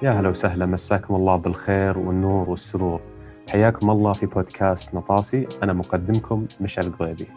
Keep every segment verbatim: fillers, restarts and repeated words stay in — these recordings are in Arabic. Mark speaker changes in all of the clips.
Speaker 1: يا هلا وسهلا، مساكم الله بالخير والنور والسرور. حياكم الله في بودكاست نطاسي. أنا مقدمكم مشعل القضيبي.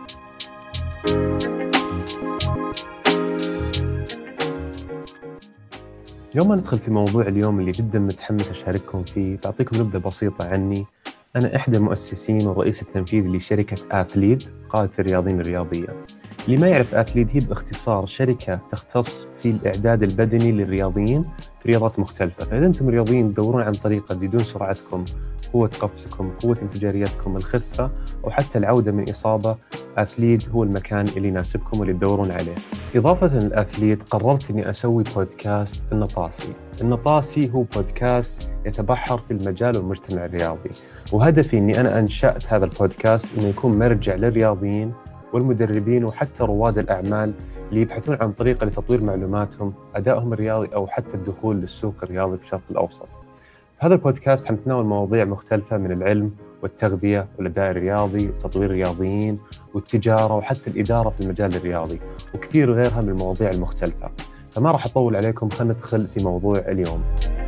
Speaker 1: يوم ما ندخل في موضوع اليوم اللي جدا متحمس أشارككم فيه، بعطيكم نبذة بسيطة عني. أنا إحدى المؤسسين والرئيس التنفيذي لشركة آثليد، قادة الرياضيين الرياضية. اللي ما يعرف آثليد هي باختصار شركة تختص في الإعداد البدني للرياضيين في رياضات مختلفة. فإذا أنتم رياضيين تدورون عن طريقة تزيدون سرعتكم، قوة قفزكم، قوة انفجاريتكم، الخفة، أو حتى العودة من إصابة، آثليد هو المكان اللي يناسبكم واللي تدورون عليه. إضافة للآثليد قررت أني أسوي بودكاست النطاسي. النطاسي هو بودكاست يتبحر في المجال والمجتمع الرياضي، وهدفي أني أنا أنشأت هذا البودكاست أنه يكون مرجع للرياضيين والمدربين وحتى رواد الأعمال اللي يبحثون عن طريقة لتطوير معلوماتهم، أدائهم الرياضي، أو حتى الدخول للسوق الرياضي في الشرق الأوسط. في هذا البودكاست حنتناول مواضيع مختلفة من العلم والتغذية والأداء الرياضي وتطوير الرياضيين والتجارة وحتى الإدارة في المجال الرياضي وكثير غيرها من المواضيع المختلفة. فما راح أطول عليكم، خلينا ندخل في موضوع اليوم.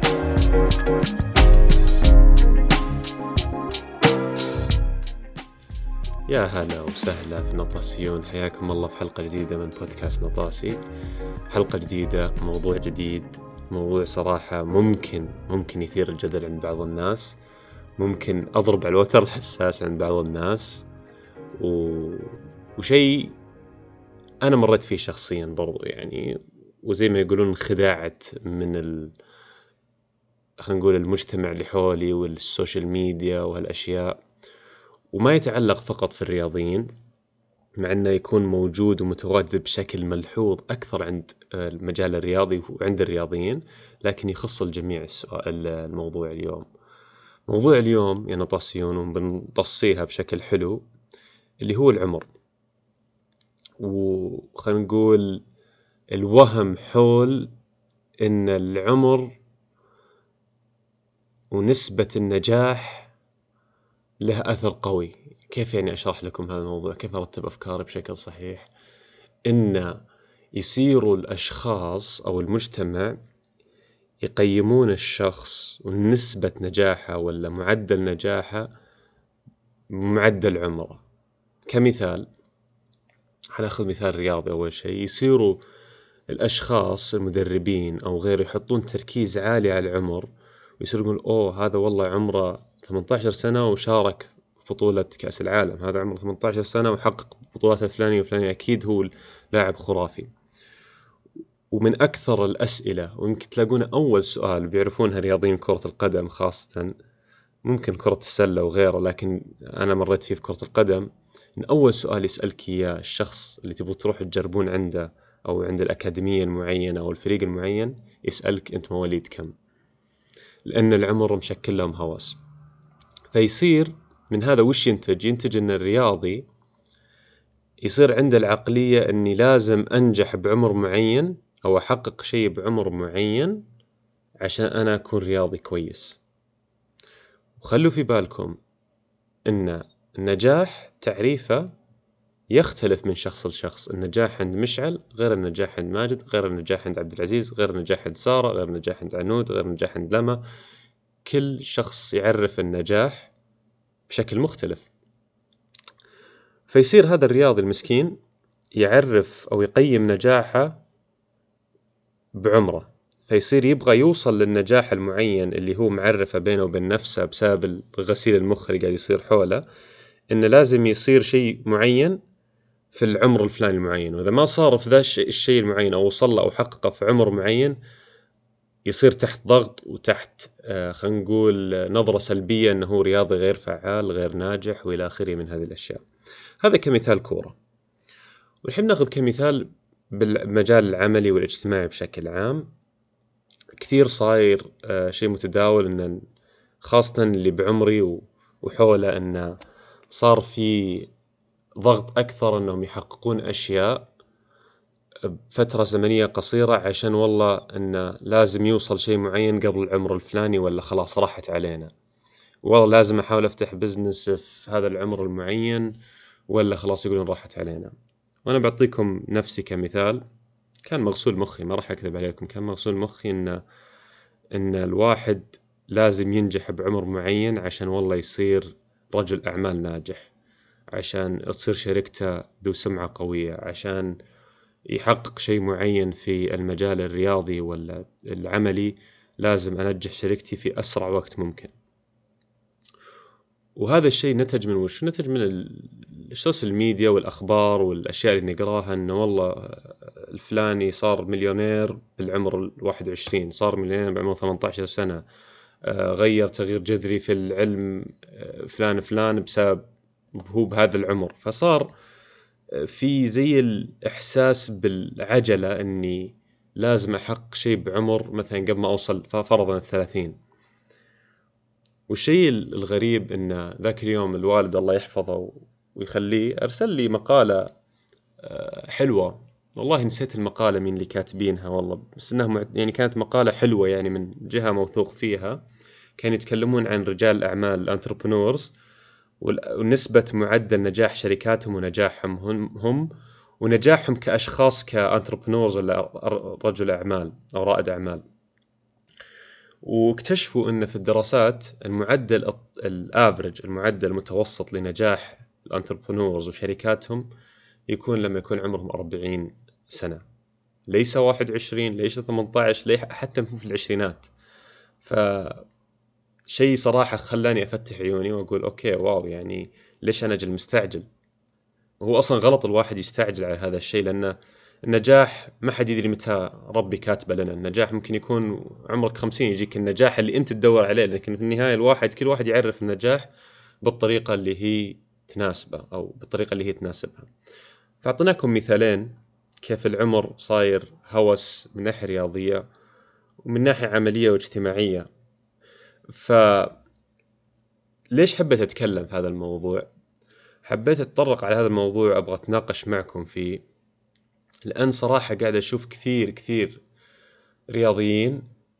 Speaker 2: يا هلا وسهلا في نطاسيون، حياكم الله في حلقة جديدة من بودكاست نطاسي. حلقة جديدة، موضوع جديد، موضوع صراحة ممكن ممكن يثير الجدل عند بعض الناس، ممكن أضرب على الوتر الحساس عند بعض الناس، و... وشيء أنا مريت فيه شخصيا برضو يعني، وزي ما يقولون خداعت من ال... خلينا نقول المجتمع اللي حولي والسوشيال ميديا وهالأشياء. وما يتعلق فقط في الرياضيين، مع أنه يكون موجود ومتواجد بشكل ملحوظ أكثر عند المجال الرياضي وعند الرياضيين، لكن يخص الجميع. السؤال الموضوع اليوم موضوع اليوم يا نطاسيون، وبنطصيها بشكل حلو، اللي هو العمر. وخلينا نقول الوهم حول إن العمر ونسبة النجاح له أثر قوي. كيف يعني أشرح لكم هذا الموضوع؟ كيف أرتب أفكاري بشكل صحيح؟ إن يصيروا الأشخاص أو المجتمع يقيمون الشخص ونسبة نجاحه ولا معدل نجاحه معدل عمره. كمثال، هنأخذ مثال رياضي. أول شيء يصيروا الأشخاص المدربين أو غيره يحطون تركيز عالي على العمر، ويصيروا يقول أوه هذا والله عمره ثمانية عشر سنة وشارك بطولة كأس العالم، هذا عمره ثمانية عشر سنة وحقق بطولات الفلانية وفلانية، أكيد هو لاعب خرافي. ومن أكثر الأسئلة، ويمكن تلاقون أول سؤال بيعرفونها رياضيين كرة القدم خاصة، ممكن كرة السلة وغيره، لكن أنا مريت فيه في كرة القدم، إن أول سؤال يسألك إياه الشخص اللي تبغوا تروح تجربون عنده أو عند الأكاديمية المعينة أو الفريق المعين، يسألك أنت مواليد كم، لأن العمر مشكل لهم هوس. فيصير من هذا وش ينتج؟ ينتج أن الرياضي يصير عنده العقلية أني لازم أنجح بعمر معين أو أحقق شيء بعمر معين عشان أنا أكون رياضي كويس. وخلوا في بالكم أن النجاح تعريفه يختلف من شخص لشخص. النجاح عند مشعل غير النجاح عند ماجد، غير النجاح عند عبد العزيز، غير النجاح عند سارة، غير النجاح عند عنود، غير النجاح عند لما. كل شخص يعرف النجاح بشكل مختلف. فيصير هذا الرياضي المسكين يعرف أو يقيم نجاحه بعمره، فيصير يبغى يوصل للنجاح المعين اللي هو معرفه بينه وبين نفسه بسبب الغسيل المخ اللي قاعد يصير حوله، إنه لازم يصير شيء معين في العمر الفلاني المعين. وإذا ما صار في ذا الشيء المعين أو وصل له أو حققه في عمر معين، يصير تحت ضغط وتحت آه خلينا نقول نظرة سلبية أنه هو رياضي غير فعال غير ناجح وإلى آخره من هذه الأشياء. هذا كمثال كورة. والحين نأخذ كمثال بالمجال العملي والاجتماعي بشكل عام. كثير صاير آه شيء متداول، أن خاصة اللي بعمري وحوله، أنه صار في ضغط أكثر أنهم يحققون أشياء بفترة زمنية قصيرة، عشان والله أنه لازم يوصل شيء معين قبل العمر الفلاني ولا خلاص راحت علينا، والله لازم أحاول أفتح بزنس في هذا العمر المعين ولا خلاص يقولون راحت علينا. وأنا بعطيكم نفسي كمثال، كان مغسول مخي، ما راح أكذب عليكم، كان مغسول مخي أن إن الواحد لازم ينجح بعمر معين عشان والله يصير رجل أعمال ناجح، عشان تصير شركته ذو سمعة قوية، عشان يحقق شيء معين في المجال الرياضي ولا العملي لازم أنجح شركتي في أسرع وقت ممكن. وهذا الشيء نتج من وش؟ نتج من السوشيال ميديا والأخبار والأشياء اللي نقراها، إنه والله الفلاني صار مليونير بالعمر الواحد وعشرين، صار مليونير بعمر ثمانية عشر سنة، غير تغيير جذري في العلم فلان فلان بسبب هو بهذا العمر. فصار في زي الإحساس بالعجلة إني لازم أحقق شيء بعمر مثلا قبل ما أوصل فرضا الثلاثين. والشيء الغريب إن ذاك اليوم الوالد الله يحفظه ويخليه أرسل لي مقالة حلوة، والله نسيت المقالة من اللي كاتبينها والله، بس إنها يعني كانت مقالة حلوة يعني من جهة موثوق فيها. كانوا يتكلمون عن رجال الأعمال الانتربرونورز ونسبة معدل نجاح شركاتهم ونجاحهم هم, هم ونجاحهم كأشخاص كانتربرونورز ولا رجل أعمال أو رائد أعمال. واكتشفوا أن في الدراسات المعدل الافريج، المعدل المتوسط لنجاح الانتربرونورز وشركاتهم يكون لما يكون عمرهم أربعين سنة، ليس واحد وعشرين، ليس ثمانية عشر، ليس حتى في العشرينات. فشيء صراحة خلاني أفتح عيوني وأقول أوكي واو، يعني ليش أنا أجل مستعجل؟ وهو أصلا غلط الواحد يستعجل على هذا الشيء، لأن النجاح ما حد يدري متى ربي كاتبه لنا. النجاح ممكن يكون عمرك خمسين يجيك النجاح اللي أنت تدور عليه، لكن في النهاية الواحد كل واحد يعرف النجاح بالطريقة اللي هي تناسبه أو بالطريقة اللي هي تناسبها. فأعطيناكم مثالين كيف العمر صاير هوس من ناحية رياضية ومن ناحية عملية واجتماعية. فليش حبيت أتكلم في هذا الموضوع؟ حبيت أتطرق على هذا الموضوع، أبغى أتناقش معكم فيه، لأن صراحة قاعد أشوف كثير كثير رياضيين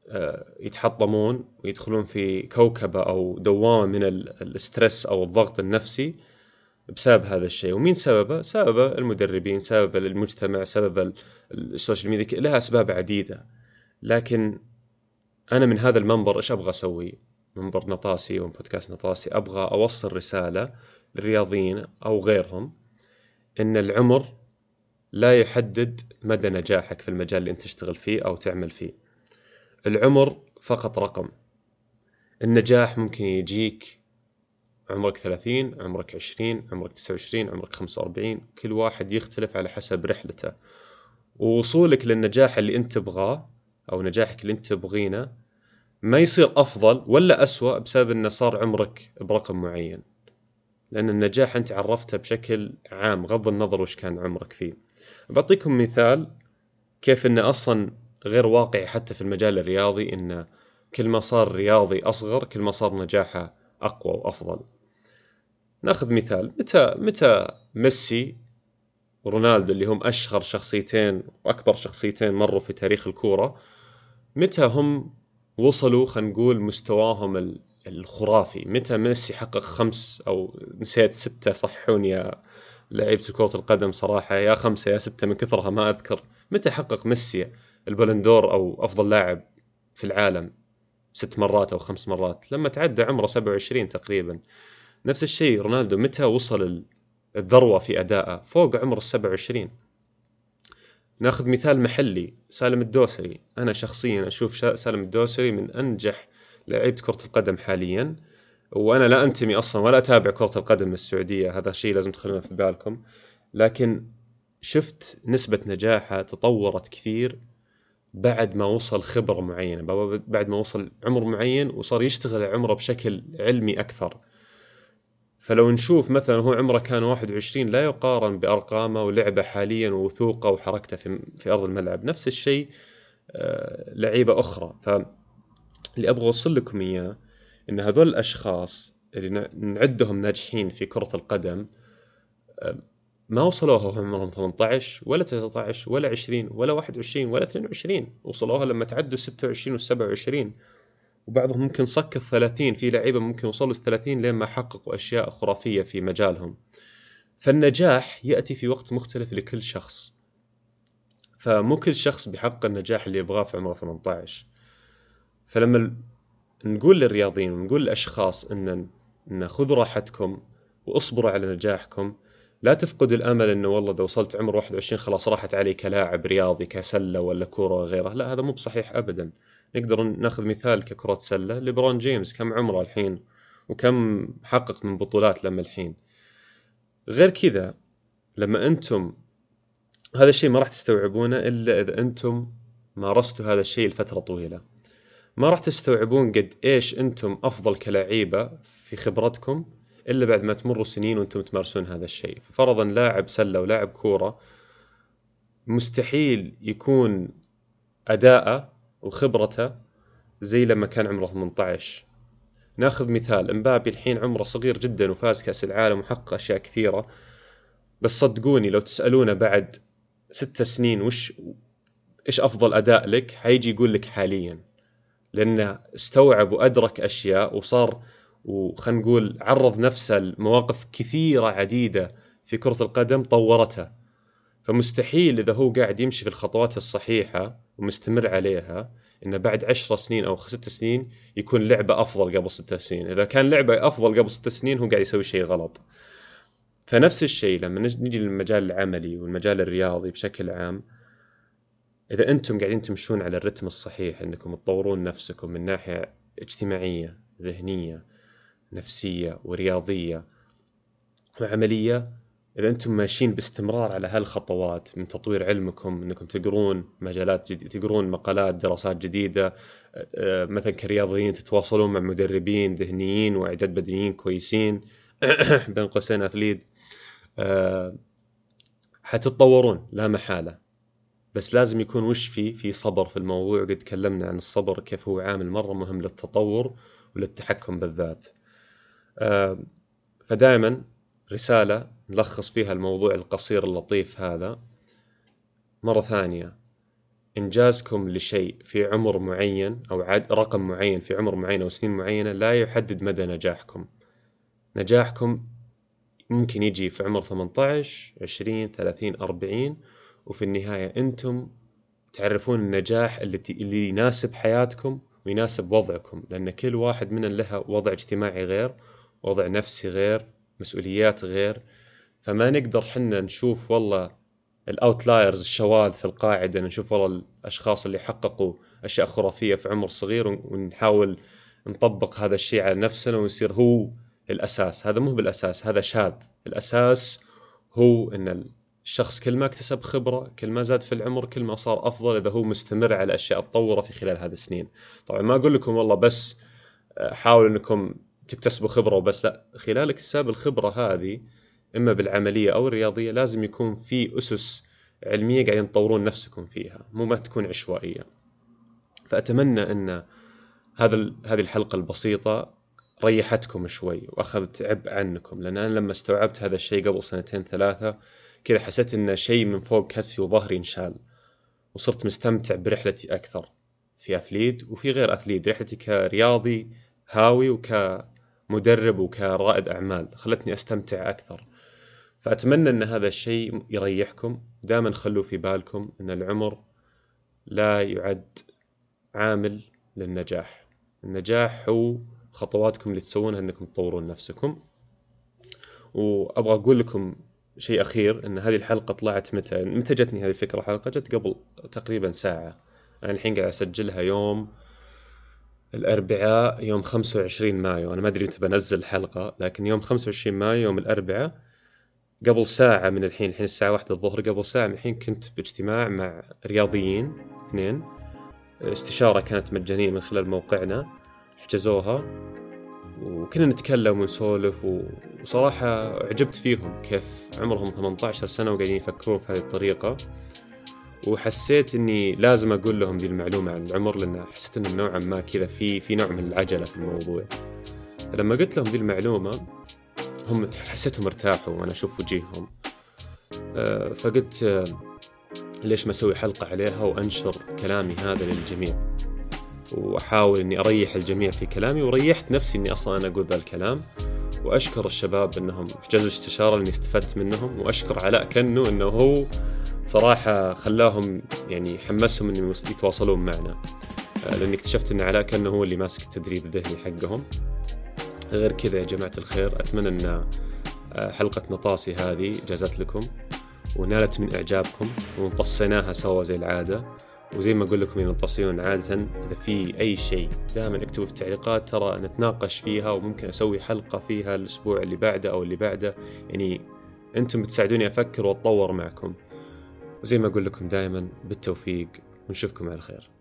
Speaker 2: يتحطمون ويدخلون في كوكبة أو دوامة من الاسترس أو الضغط النفسي بسبب هذا الشيء. ومين سببه؟ سببه المدربين، سببه المجتمع، سببه السوشيال ميديا، لها أسباب عديدة. لكن أنا من هذا المنبر إيش أبغى أسوي؟ منبر نطاسي وبودكاست نطاسي، أبغى أوصل رسالة للرياضيين أو غيرهم إن العمر لا يحدد مدى نجاحك في المجال اللي أنت تشتغل فيه أو تعمل فيه. العمر فقط رقم. النجاح ممكن يجيك عمرك ثلاثين، عمرك عشرين، عمرك تسعة وعشرين، عمرك خمسة وأربعين، كل واحد يختلف على حسب رحلته. ووصولك للنجاح اللي أنت تبغاه أو نجاحك اللي أنت تبغينه ما يصير أفضل ولا أسوأ بسبب أنه صار عمرك برقم معين، لأن النجاح أنت عرفته بشكل عام غض النظر وش كان عمرك فيه. بعطيكم مثال كيف أنه أصلا غير واقعي حتى في المجال الرياضي، أنه كل ما صار رياضي أصغر كل ما صار نجاحه أقوى وأفضل. ناخذ مثال، متى متى ميسي ورونالدو اللي هم أشهر شخصيتين وأكبر شخصيتين مروا في تاريخ الكورة، متى هم وصلوا خلينا نقول مستواهم الخرافي؟ متى ميسي حقق خمس أو نسيت ستة، صحوني يا لعيبة كرة القدم صراحة، يا خمسة يا ستة من كثرها ما أذكر. متى حقق ميسي البلندور أو أفضل لاعب في العالم ست مرات أو خمس مرات؟ لما تعدى عمره سبعة وعشرين تقريبا. نفس الشيء رونالدو، متى وصل الذروة في أدائه؟ فوق عمر السبعة وعشرين. ناخذ مثال محلي، سالم الدوسري. أنا شخصيا أشوف سالم الدوسري من أنجح لاعيبة كرة القدم حاليا، وأنا لا أنتمي أصلا ولا أتابع كرة القدم السعودية، هذا شيء لازم تخلونه في بالكم. لكن شفت نسبة نجاحه تطورت كثير بعد ما وصل خبرة معينة، بعد ما وصل عمر معين وصار يشتغل عمره بشكل علمي أكثر. فلو نشوف مثلا هو عمره كان واحد وعشرين لا يقارن بأرقامه ولعبه حاليا ووثوقه وحركته في, في أرض الملعب. نفس الشيء آه لعيبة أخرى. فاللي أبغى أوصل لكم إياه إن هذول الأشخاص اللي نعدهم ناجحين في كرة القدم آه ما وصلوها وهم عمرهم ثمانية عشر ولا تسعة عشر ولا عشرين ولا واحد وعشرين ولا اثنين وعشرين، وصلوها لما تعدوا ستة وعشرين وسبعة وعشرين، وبعضهم ممكن صك الثلاثين. في لعيبة ممكن وصلوا الثلاثين لين ما حققوا أشياء خرافية في مجالهم. فالنجاح يأتي في وقت مختلف لكل شخص، فمو كل شخص بيحقق النجاح اللي يبغاه في عمره ثمانية عشر. فلما نقول للرياضيين ونقول للأشخاص إن إن خذوا راحتكم وأصبروا على نجاحكم، لا تفقد الأمل إنه والله إذا وصلت عمر واحد وعشرين خلاص راحت علي كلاعب رياضي كسلة ولا كورة وغيره. لا، هذا مو بصحيح أبدا. نقدر ناخذ مثال ككرة سلة، ليبرون جيمس كم عمره الحين وكم حقق من بطولات لما الحين. غير كذا لما أنتم هذا الشيء ما راح تستوعبونه إلا إذا أنتم مارستوا هذا الشيء لفترة طويلة. ما راح تستوعبون قد إيش أنتم أفضل كلاعيبة في خبرتكم إلا بعد ما تمروا سنين وأنتم تمارسون هذا الشيء. ففرضا لاعب سلة ولاعب كورة مستحيل يكون أداءه وخبرته زي لما كان عمره ثمانية عشر. ناخذ مثال امبابي الحين عمره صغير جدا وفاز كأس العالم وحقق أشياء كثيرة، بس صدقوني لو تسألونه بعد ست سنين وش إيش أفضل أداء لك، حيجي يقول لك حاليا، لأنه استوعب وأدرك أشياء وصار وخلنا نقول عرض نفسه لمواقف كثيرة عديدة في كرة القدم طورته. فمستحيل إذا هو قاعد يمشي في الخطوات الصحيحة ومستمر عليها إنه بعد عشر سنين أو ست سنين يكون لعبة أفضل قبل ست سنين. إذا كان لعبة أفضل قبل ست سنين هو قاعد يسوي شيء غلط. فنفس الشيء لما نجي للمجال العملي والمجال الرياضي بشكل عام، إذا أنتم قاعدين تمشون على الرتم الصحيح إنكم تطورون نفسكم من ناحية اجتماعية ذهنية نفسية ورياضية وعملية، إذا أنتم ماشيين باستمرار على هالخطوات من تطوير علمكم، إنكم تقرون مجالات جديدة، تقرون مقالات دراسات جديدة، مثلا كرياضيين تتواصلون مع مدربين ذهنيين وإعداد بدنيين كويسين بين قوسين أثليت، حتتطورون لا محالة. بس لازم يكون وش في في صبر في الموضوع. قد تكلمنا عن الصبر كيف هو عامل مرة مهم للتطور وللتحكم بالذات. فدائما رسالة نلخص فيها الموضوع القصير اللطيف هذا مرة ثانية: إنجازكم لشيء في عمر معين أو رقم معين في عمر معين أو سنين معينة لا يحدد مدى نجاحكم. نجاحكم ممكن يجي في عمر ثمانية عشر عشرين ثلاثين أربعين، وفي النهاية أنتم تعرفون النجاح التي اللي يناسب حياتكم ويناسب وضعكم، لأن كل واحد منا له وضع اجتماعي غير، وضع نفسي غير، مسؤوليات غير. فما نقدر حنا نشوف والله الأوتلايرز الشواذ في القاعدة، نشوف والله الأشخاص اللي حققوا أشياء خرافية في عمر صغير ونحاول نطبق هذا الشيء على نفسنا ويصير هو الأساس. هذا مو بالأساس، هذا شاذ. الأساس هو أن الشخص كل ما اكتسب خبرة، كل ما زاد في العمر، كل ما صار أفضل إذا هو مستمر على أشياء تطوره في خلال هذه السنين. طبعا ما أقول لكم والله بس حاولوا أنكم تكتسبوا خبرة وبس، لا، خلال اكتساب الخبرة هذه إما بالعملية أو الرياضية لازم يكون في أسس علمية قاعدين تطورون نفسكم فيها، مو ما تكون عشوائية. فأتمنى أن هذا هذه الحلقة البسيطة ريحتكم شوي وأخذت عبء عنكم، لأن أنا لما استوعبت هذا الشيء قبل سنتين ثلاثة كذا حسيت إن شيء من فوق كتفي وظهري انشال، وصرت مستمتع برحلتي أكثر في أثليت وفي غير أثليت. رحلتي كرياضي هاوي وكمدرب وكرائد أعمال خلتني أستمتع أكثر. فأتمنى أن هذا الشيء يريحكم. دائما خلوا في بالكم أن العمر لا يعد عامل للنجاح. النجاح هو خطواتكم اللي تسوونها أنكم تطورون نفسكم. وأبغى أقول لكم شيء أخير، أن هذه الحلقة طلعت متى متى جتني هذه الفكرة. حلقة جت قبل تقريبا ساعة. أنا الحين قاعد أسجلها يوم الأربعاء، يوم خمسة وعشرين مايو. أنا ما أدري متى بنزل الحلقة، لكن يوم خمسة وعشرين مايو يوم الأربعاء قبل ساعة من الحين، الحين الساعة واحدة الظهر، قبل ساعة من الحين كنت باجتماع مع رياضيين اثنين. استشارة كانت مجانية من خلال موقعنا، حجزوها وكنا نتكلم ونسولف، وصراحة عجبت فيهم كيف عمرهم ثمانية عشر سنة وقاعدين يفكرون في هذه الطريقة. وحسيت إني لازم أقول لهم دي المعلومة عن العمر، لأن حسيت إنه نوعا ما كذا في في نوع من العجلة في الموضوع. فلما قلت لهم دي المعلومة هم حسيتهم ارتاحوا وأنا أشوف وجيههم. فقلت ليش ما أسوي حلقة عليها وأنشر كلامي هذا للجميع، وأحاول إني أريح الجميع في كلامي، وريحت نفسي إني أصلا أنا أقول ذا الكلام. وأشكر الشباب إنهم حجزوا استشارة اللي استفدت منهم، وأشكر علاء كنو إنه هو صراحة خلاهم يعني حمسهم إنهم يتواصلون معنا. لأني اكتشفت أن علاء كأنه هو اللي ماسك التدريب الذهني حقهم. غير كذا يا جماعة الخير، أتمنى أن حلقة نطاسي هذه جازت لكم ونالت من إعجابكم ونطصيناها سوا زي العادة. وزي ما أقول لكم يا نطاسيون، عادة إذا في أي شيء دائما اكتبوا في التعليقات، ترى نتناقش فيها وممكن أسوي حلقة فيها الأسبوع اللي بعده أو اللي بعده. يعني أنتم بتساعدوني أفكر وأتطور معكم. وزي ما أقول لكم دائما بالتوفيق، ونشوفكم على خير.